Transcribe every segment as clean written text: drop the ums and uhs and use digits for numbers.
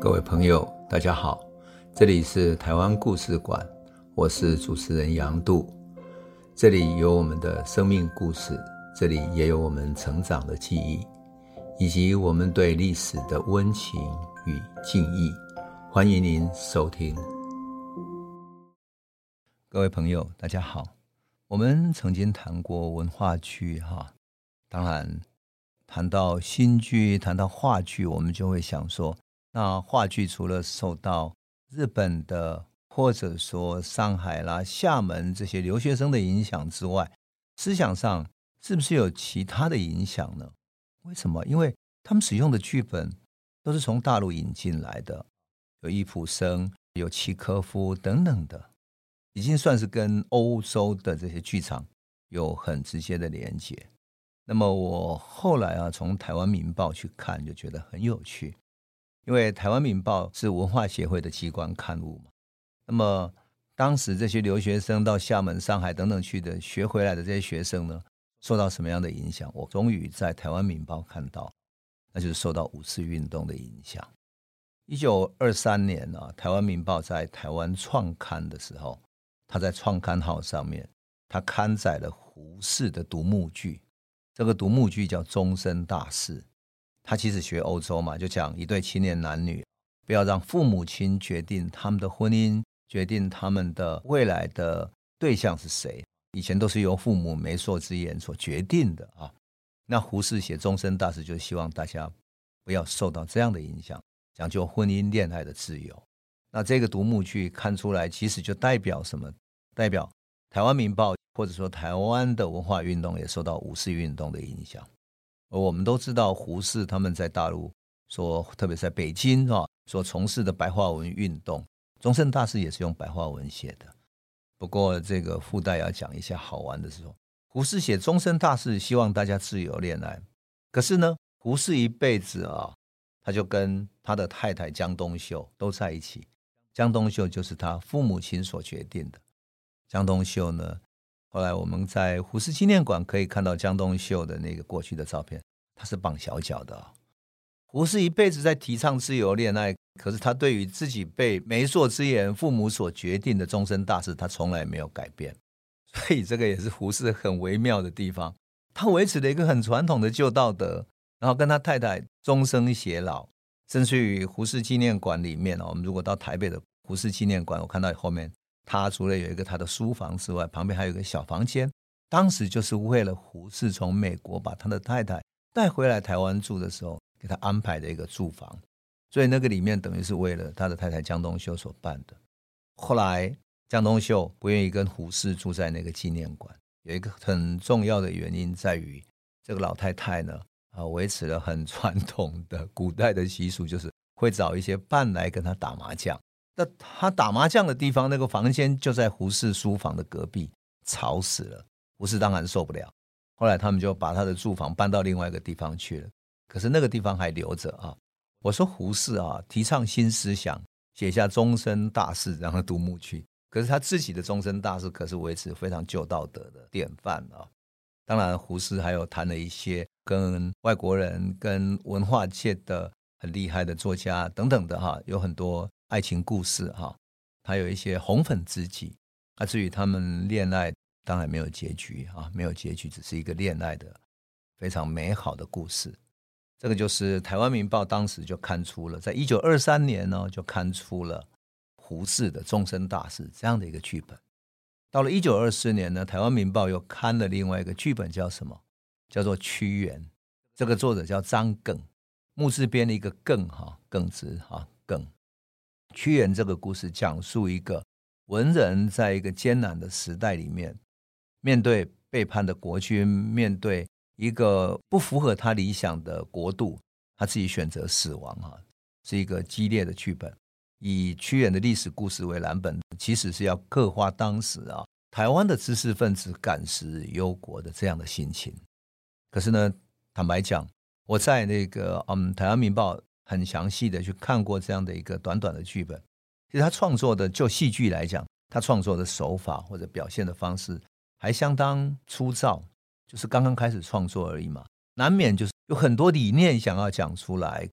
各位朋友大家好，这里是台湾故事馆，我是主持人杨度。这里有我们的生命故事，这里也有我们成长的记忆，以及我们对历史的温情与敬意。欢迎您收听。各位朋友大家好，我们曾经谈过文化剧当然谈到新剧，谈到话剧，我们就会想说，那话剧除了受到日本的或者说上海啦、厦门这些留学生的影响之外，思想上是不是有其他的影响呢？为什么？因为他们使用的剧本都是从大陆引进来的，有易卜生、有契科夫等等的，已经算是跟欧洲的这些剧场有很直接的连结。那么我后来从台湾民报去看，就觉得很有趣，因为台湾民报是文化协会的机关刊物嘛。那么当时这些留学生到厦门、上海等等去的学回来的这些学生呢，受到什么样的影响？我终于在台湾民报看到，那就是受到五四运动的影响。1923年台湾民报在台湾创刊的时候，他在创刊号上面，他刊载了胡适的独幕剧。这个独幕剧叫《终身大事》，他其实学欧洲嘛，就讲一对青年男女，不要让父母亲决定他们的婚姻，决定他们的未来的对象是谁，以前都是由父母媒妁之言所决定的那胡适写《终身大事》就是希望大家不要受到这样的影响，讲究婚姻恋爱的自由。那这个独幕剧看出来，其实就代表什么？代表台湾民报或者说台湾的文化运动也受到五四运动的影响。而我们都知道胡适他们在大陆特别在北京所从事的白话文运动，终身大事也是用白话文写的。不过这个附带要讲一下好玩的时候，胡适写终身大事希望大家自由恋爱，可是呢胡适一辈子他就跟他的太太江冬秀都在一起。江冬秀就是他父母亲所决定的。江冬秀呢，后来我们在胡适纪念馆可以看到江冬秀的那个过去的照片，他是绑小脚的胡适一辈子在提倡自由恋爱，可是他对于自己被媒妁之言父母所决定的终身大事，他从来没有改变。所以这个也是胡适很微妙的地方，他维持了一个很传统的旧道德，然后跟他太太终生偕老。甚至于胡适纪念馆里面我们如果到台北的胡适纪念馆，我看到后面他除了有一个他的书房之外，旁边还有一个小房间，当时就是为了胡适从美国把他的太太带回来台湾住的时候给他安排的一个住房，所以那个里面等于是为了他的太太江冬秀所办的。后来江冬秀不愿意跟胡适住在那个纪念馆，有一个很重要的原因在于，这个老太太呢维持了很传统的古代的习俗，就是会找一些伴来跟他打麻将。那他打麻将的地方，那个房间就在胡适书房的隔壁，吵死了。胡适当然受不了，后来他们就把他的住房搬到另外一个地方去了，可是那个地方还留着我说胡适提倡新思想，写下终身大事这样的独幕剧，可是他自己的终身大事可是维持非常旧道德的典范当然胡适还有谈了一些跟外国人跟文化界的很厉害的作家等等的有很多爱情故事他有一些红粉知己至于他们恋爱当然没有结局没有结局，只是一个恋爱的非常美好的故事。这个就是台湾民报当时就刊出了，在1923年呢就刊出了胡适的终身大事这样的一个剧本。到了1924年呢，台湾民报又刊了另外一个剧本，叫什么？叫做屈原。这个作者叫张艮，木字边的一个艮艮字艮。屈原这个故事讲述一个文人在一个艰难的时代里面，面对背叛的国君，面对一个不符合他理想的国度，他自己选择死亡是一个激烈的剧本。以屈原的历史故事为蓝本，其实是要刻画当时台湾的知识分子感时忧国的这样的心情。可是呢，坦白讲，我在那个台湾民报很详细的去看过这样的一个短短的剧本。其实他创作的，就戏剧来讲，他创作的手法或者表现的方式还相当粗糙，就是刚刚开始创作而已嘛，难免就是有很多理念想要讲出来。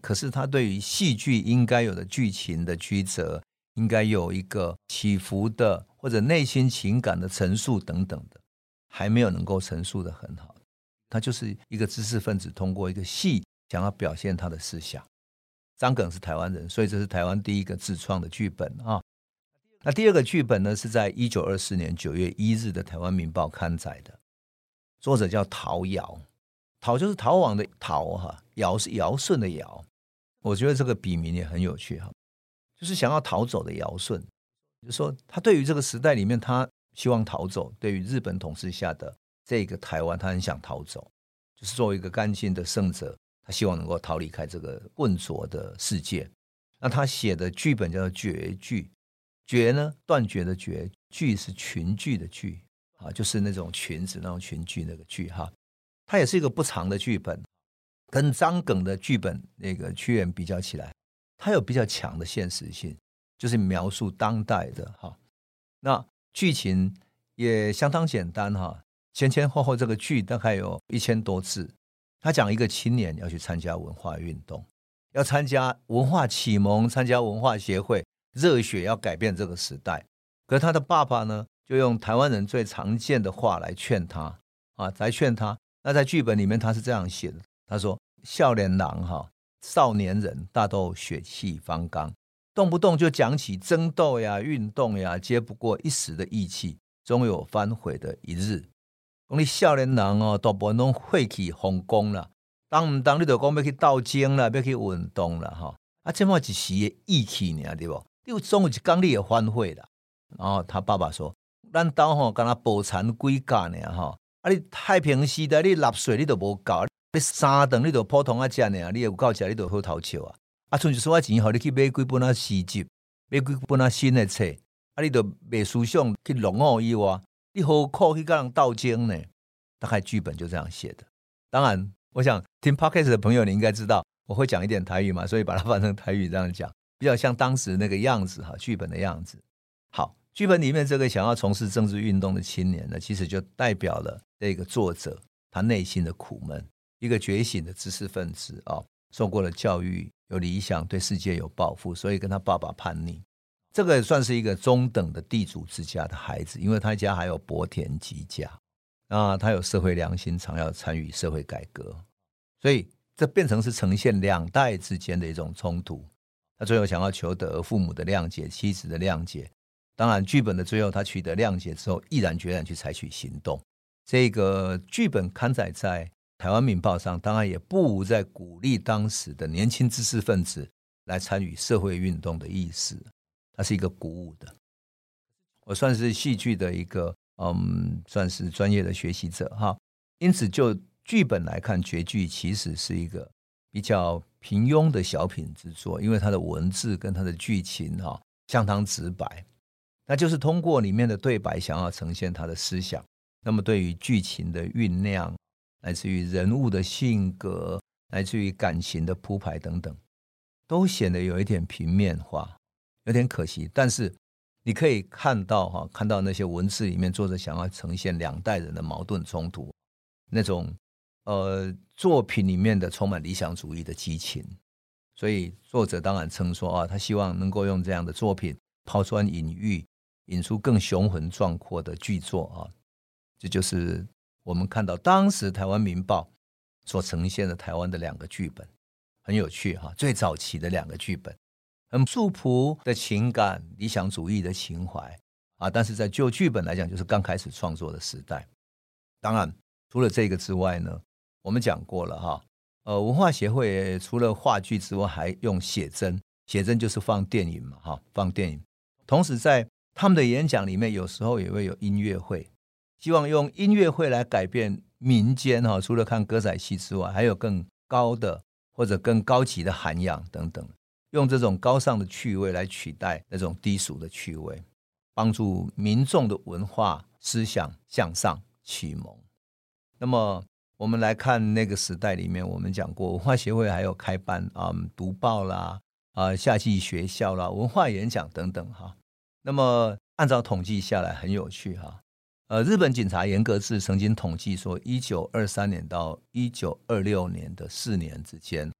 可是他对于戏剧应该有的剧情的曲折，应该有一个起伏的或者内心情感的陈述等等的，还没有能够陈述的很好。他就是一个知识分子通过一个戏想要表现他的思想。张耿是台湾人，所以这是台湾第一个自创的剧本啊。那第二个剧本呢，是在1924年9月1日的台湾民报刊载的，作者叫陶尧，陶就是逃亡的逃哈，尧是尧舜的尧。我觉得这个笔名也很有趣哈，就是想要逃走的尧舜，就是说他对于这个时代里面他希望逃走，对于日本统治下的这个台湾他很想逃走，就是作为一个干净的圣者，他希望能够逃离开这个浑浊的世界。那他写的剧本叫做绝剧，绝呢断绝的绝，剧是群剧的剧啊，就是那种裙子那种群剧那个剧哈。它也是一个不长的剧本，跟张耿的剧本那个屈原比较起来，它有比较强的现实性，就是描述当代的哈。那剧情也相当简单哈，前前后后这个剧大概有1000多字。他讲一个青年要去参加文化运动，要参加文化启蒙，参加文化协会，热血要改变这个时代。可是他的爸爸呢，就用台湾人最常见的话来劝他啊，来劝他。那在剧本里面他是这样写的，他说少年郎哈，少年人大都血气方刚，动不动就讲起争斗呀运动呀，皆不过一时的义气，终有反悔的一日。讲你少年人哦，大部分都血气方刚啦，当不当你就讲要去斗争啦，要去运动啦哈，啊这么一时的义气呢，对不？你总有一天你会反悔啦。然后他爸爸说，咱家吼敢若保产几家呢哈。啊！你太平时代，你纳税你都无够，你三顿你都普通啊食呢，你有够食，你就好偷笑啊！啊，剩一丝仔钱，互你去买几本啊诗集，买几本啊新的册，啊，你就卖思想去弄好以外，你何苦去跟人斗争呢？大概剧本就这样写的。当然，我想听 Podcast 的朋友，你应该知道我会讲一点台语嘛，所以把它翻成台语这样讲，比较像当时那个样子哈，剧本的样子。好。剧本里面这个想要从事政治运动的青年呢，其实就代表了这个作者他内心的苦闷，一个觉醒的知识分子啊，受过了教育，有理想，对世界有抱负，所以跟他爸爸叛逆。这个也算是一个中等的地主之家的孩子，因为他家还有薄田吉家，他有社会良心，常要参与社会改革，所以这变成是呈现两代之间的一种冲突。他最后想要求得父母的谅解，妻子的谅解。当然剧本的最后他取得谅解之后，毅然决然去采取行动。这个剧本刊载在台湾民报上，当然也不无在鼓励当时的年轻知识分子来参与社会运动的意思，它是一个鼓舞的。我算是戏剧的一个算是专业的学习者哈，因此就剧本来看，绝剧其实是一个比较平庸的小品之作，因为它的文字跟它的剧情相当直白，那就是通过里面的对白想要呈现他的思想。那么对于剧情的酝酿，来自于人物的性格，来自于感情的铺排等等，都显得有一点平面化，有点可惜。但是你可以看到那些文字里面作者想要呈现两代人的矛盾冲突，那种作品里面的充满理想主义的激情。所以作者当然称说他希望能够用这样的作品抛砖引玉，引出更雄浑壮阔的剧作这就是我们看到当时台湾民报所呈现的台湾的两个剧本，很有趣最早期的两个剧本，很素朴的情感，理想主义的情怀但是在就剧本来讲，就是刚开始创作的时代。当然除了这个之外呢，我们讲过了文化协会除了话剧之外，还用写真，写真就是放电影嘛放电影。同时在他们的演讲里面，有时候也会有音乐会，希望用音乐会来改变民间除了看歌仔戏之外，还有更高的或者更高级的涵养等等，用这种高尚的趣味来取代那种低俗的趣味，帮助民众的文化思想向上启蒙。那么我们来看那个时代里面，我们讲过文化协会还有开办读报啦夏季学校啦，文化演讲等等那么按照统计下来很有趣日本警察严格志曾经统计说，1923年到1926年的4年之间，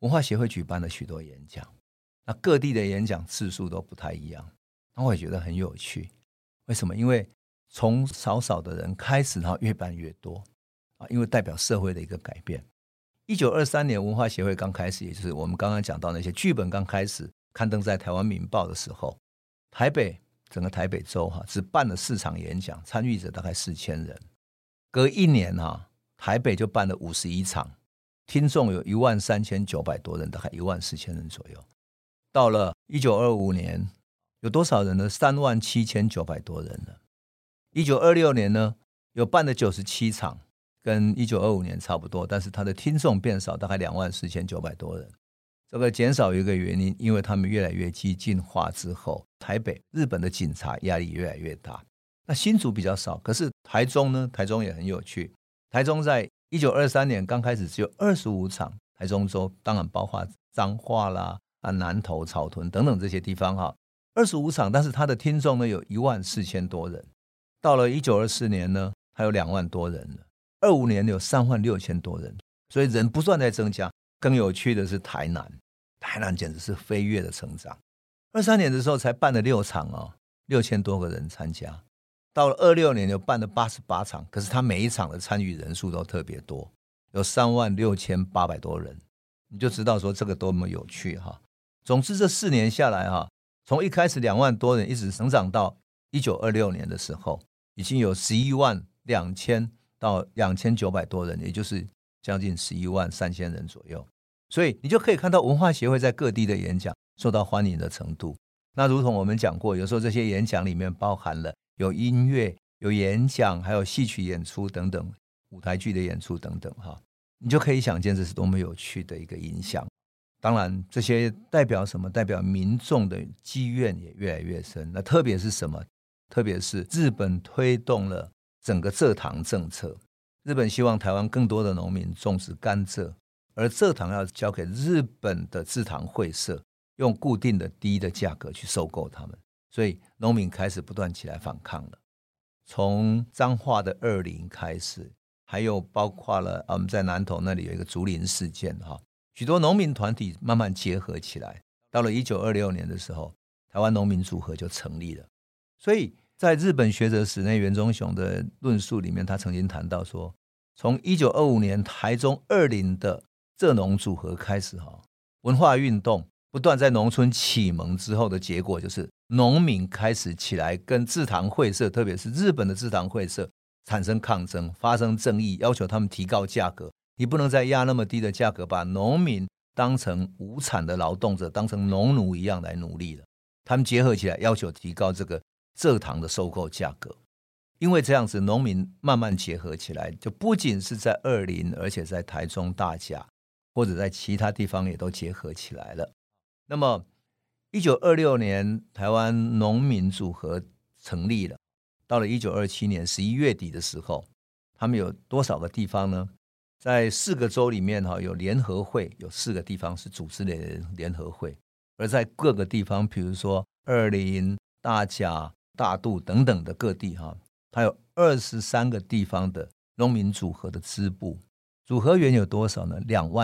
文化协会举办了许多演讲，那各地的演讲次数都不太一样，那我也觉得很有趣。为什么？因为从少少的人开始，然后越办越多因为代表社会的一个改变。1923年文化协会刚开始，也就是我们刚刚讲到那些剧本刚开始刊登在台湾民报的时候，台北整个台北州只办了4场演讲，参与者大概4000人。隔1年台北就办了51场，听众有13900多人，大概14000人左右。到了1925年有多少人呢？37900多人了。1926年呢，有办了97场，跟1925年差不多，但是他的听众变少，大概24900多人。这个减少有一个原因，因为他们越来越激进化之后，台北日本的警察压力越来越大。那新竹比较少，可是台中呢？台中也很有趣。台中在1923年刚开始只有25场，台中州当然包括彰化啦、南投、草屯等等这些地方25场，但是他的听众呢有14000多人。到了1924年呢，还有2万多人了。25年有36000多人，所以人不断在增加。更有趣的是台南简直是飞跃的成长。23年的时候才办了6场6000多个人参加。到了26年又办了88场，可是他每一场的参与人数都特别多，有36800多人。你就知道说这个多么有趣总之这4年下来从一开始2万多人一直成长到1926年的时候，已经有112000到2900多人，也就是将近113000人左右。所以你就可以看到文化协会在各地的演讲受到欢迎的程度。那如同我们讲过，有时候这些演讲里面包含了有音乐、有演讲，还有戏曲演出等等，舞台剧的演出等等你就可以想见这是多么有趣的一个影响。当然这些代表什么？代表民众的积怨也越来越深。那特别是什么？特别是日本推动了整个蔗糖政策。日本希望台湾更多的农民种植甘蔗，而蔗糖要交给日本的制糖会社，用固定的低的价格去收购他们，所以农民开始不断起来反抗了。从彰化的20开始，还有包括了我们在南投那里有一个竹林事件许多农民团体慢慢结合起来。到了1926年的时候，台湾农民组合就成立了。所以在日本学者史内原忠雄的论述里面，他曾经谈到说，从1925年台中20的蔗农组合开始文化运动不断在农村启蒙之后的结果，就是农民开始起来跟制糖会社，特别是日本的制糖会社产生抗争，发生争议，要求他们提高价格。你不能再压那么低的价格，把农民当成无产的劳动者，当成农奴一样来奴隶了。他们结合起来要求提高这个蔗糖的收购价格。因为这样子农民慢慢结合起来，就不仅是在20，而且在台中大甲或者在其他地方也都结合起来了。那么1926年台湾农民组合成立了。到了1927年11月底的时候，他们有多少个地方呢？在4个州里面有联合会，有4个地方是组织的联合会。而在各个地方，比如说20、大甲、大肚等等的各地它有23个地方的农民组合的支部，组合员有多少呢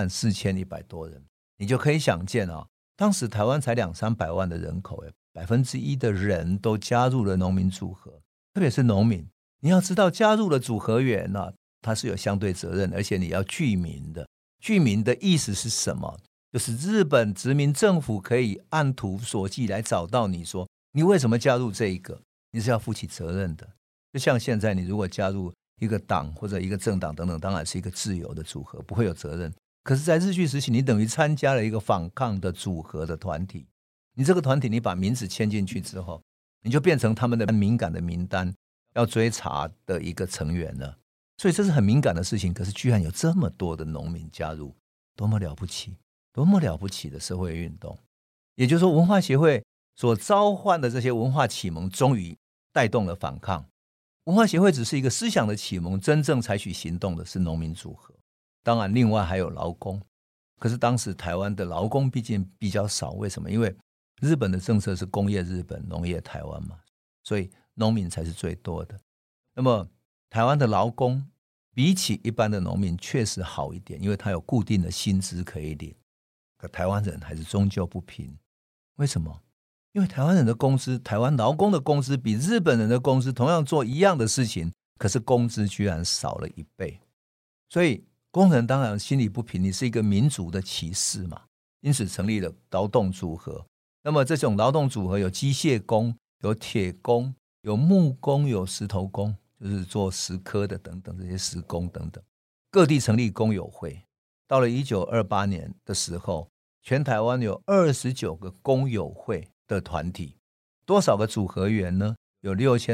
？24100多人。你就可以想见当时台湾才200-300万的人口，1%的人都加入了农民组合，特别是农民。你要知道加入了组合员他是有相对责任，而且你要具名的。具名的意思是什么？就是日本殖民政府可以按图索骥来找到你，说你为什么加入这一个，你是要负起责任的。就像现在你如果加入一个党或者一个政党等等，当然是一个自由的组合，不会有责任。可是在日据时期，你等于参加了一个反抗的组合的团体，你这个团体你把名字签进去之后，你就变成他们的敏感的名单，要追查的一个成员了。所以这是很敏感的事情，可是居然有这么多的农民加入，多么了不起，多么了不起的社会运动。也就是说，文化协会所召唤的这些文化启蒙终于带动了反抗。文化协会只是一个思想的启蒙，真正采取行动的是农民组合。当然另外还有劳工，可是当时台湾的劳工毕竟比较少。为什么？因为日本的政策是工业日本，农业台湾嘛，所以农民才是最多的。那么台湾的劳工比起一般的农民确实好一点，因为他有固定的薪资可以领。 可台湾人还是终究不平。为什么？因为台湾人的工资，台湾劳工的工资比日本人的工资同样做一样的事情，可是工资居然少了1倍。所以工人当然心里不平，你是一个民族的歧视嘛，因此成立了劳动组合。那么这种劳动组合有机械工、有铁工、有木工、有石头工，就是做石刻的等等，这些石工等等，各地成立工友会。到了1928年的时候，全台湾有29个工友会的团体，多少个组合员呢？有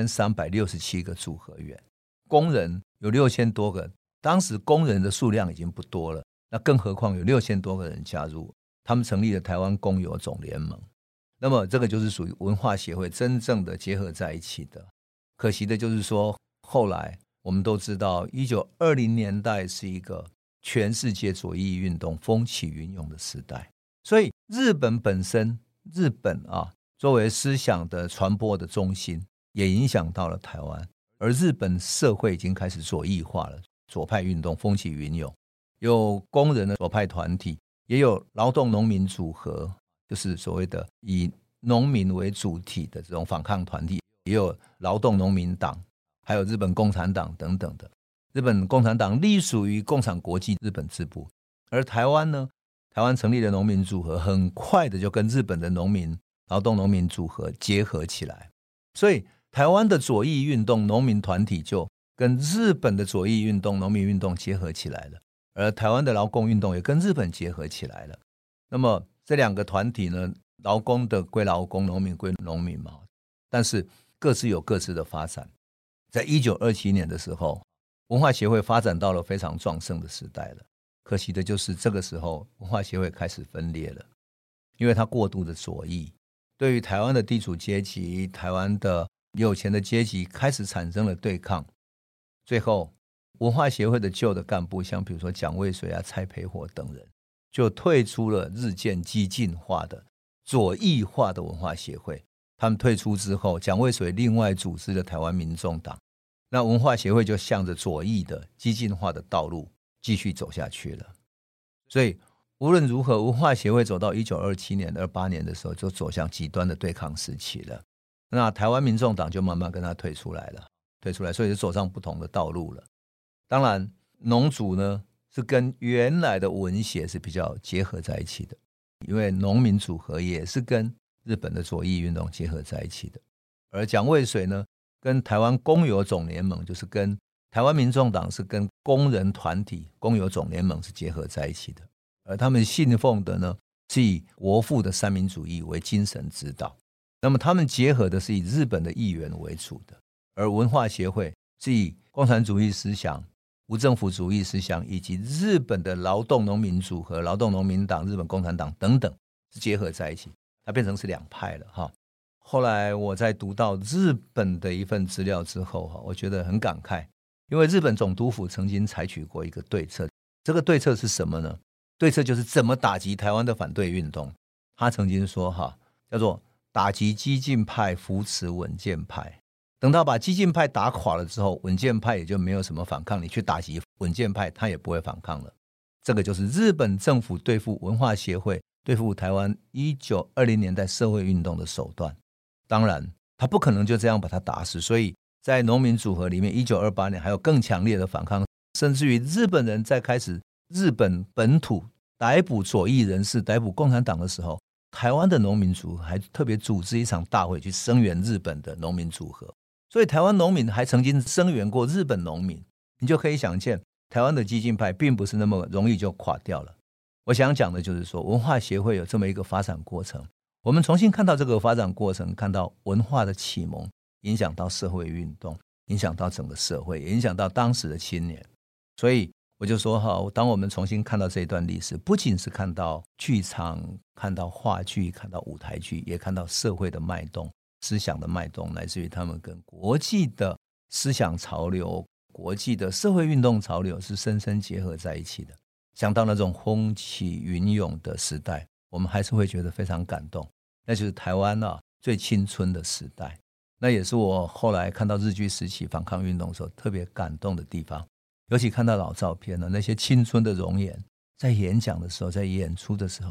6367个组合员，工人有6000多个。当时工人的数量已经不多了，那更何况有6000多个人加入，他们成立了台湾工友总联盟。那么这个就是属于文化协会真正的结合在一起的。可惜的就是说，后来我们都知道1920年代是一个全世界左翼运动风起云涌的时代，所以日本本身，日本作为思想的传播的中心，也影响到了台湾。而日本社会已经开始左翼化了，左派运动风起云涌，有工人的左派团体，也有劳动农民组合，就是所谓的以农民为主体的这种反抗团体，也有劳动农民党，还有日本共产党等等的。日本共产党隶属于共产国际日本支部，而台湾呢，台湾成立的农民组合很快的就跟日本的劳动农民组合结合起来，所以台湾的左翼运动农民团体就跟日本的左翼运动农民运动结合起来了，而台湾的劳工运动也跟日本结合起来了。那么这两个团体呢，劳工的归劳工，农民归农民嘛，但是各自有各自的发展。在1927年的时候，文化协会发展到了非常壮盛的时代了。可惜的就是这个时候文化协会开始分裂了，因为它过度的左翼，对于台湾的地主阶级，台湾的有钱的阶级开始产生了对抗。最后文化协会的旧的干部，像比如说蒋渭水蔡培火等人，就退出了日渐激进化的左翼化的文化协会。他们退出之后，蒋渭水另外组织了台湾民众党，那文化协会就向着左翼的激进化的道路继续走下去了。所以无论如何，文化协会走到1927年28年的时候，就走向极端的对抗时期了。那台湾民众党就慢慢跟他退出来，所以就走上不同的道路了。当然农组呢是跟原来的文协是比较结合在一起的，因为农民组合也是跟日本的左翼运动结合在一起的。而蒋渭水呢跟台湾工友总联盟，就是跟台湾民众党是跟工人团体工友总联盟是结合在一起的。而他们信奉的呢是以国父的三民主义为精神指导，那么他们结合的是以日本的议员为主的。而文化协会是以共产主义思想、无政府主义思想以及日本的劳动农民组合、劳动农民党、日本共产党等等是结合在一起，它变成是两派了。后来我在读到日本的一份资料之后，我觉得很感慨，因为日本总督府曾经采取过一个对策。这个对策是什么呢？对策就是怎么打击台湾的反对运动。他曾经说叫做打击激进派，扶持稳健派。等到把激进派打垮了之后，稳健派也就没有什么反抗，你去打击稳健派，他也不会反抗了。这个就是日本政府对付文化协会、对付台湾1920年代社会运动的手段。当然他不可能就这样把他打死，所以在农民组合里面1928年还有更强烈的反抗，甚至于日本人在开始日本本土逮捕左翼人士、逮捕共产党的时候，台湾的农民组合还特别组织一场大会去声援日本的农民组合。所以台湾农民还曾经声援过日本农民，你就可以想见台湾的激进派并不是那么容易就垮掉了。我想讲的就是说，文化协会有这么一个发展过程，我们重新看到这个发展过程，看到文化的启蒙影响到社会运动，影响到整个社会，也影响到当时的青年。所以我就说当我们重新看到这一段历史，不仅是看到剧场、看到话剧、看到舞台剧，也看到社会的脉动、思想的脉动，来自于他们跟国际的思想潮流、国际的社会运动潮流是深深结合在一起的。想到那种风起云涌的时代，我们还是会觉得非常感动。那就是台湾最青春的时代，那也是我后来看到日据时期反抗运动的时候特别感动的地方。尤其看到老照片那些青春的容颜，在演讲的时候，在演出的时候，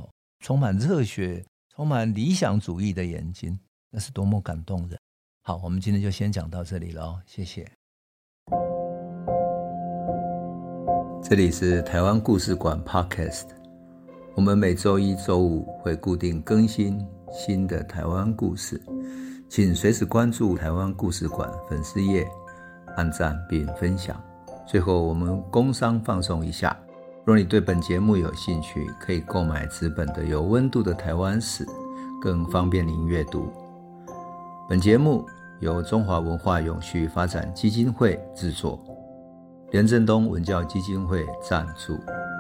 充满热血、充满理想主义的眼睛，那是多么感动人。好，我们今天就先讲到这里了，谢谢。这里是台湾故事馆 Podcast， 我们每周一、周五会固定更新新的台湾故事，请随时关注台湾故事馆粉丝页，按赞并分享。最后我们工商放送一下，若你对本节目有兴趣，可以购买纸本的有温度的台湾史，更方便您阅读。本节目由中华文化永续发展基金会制作，连震东文教基金会赞助。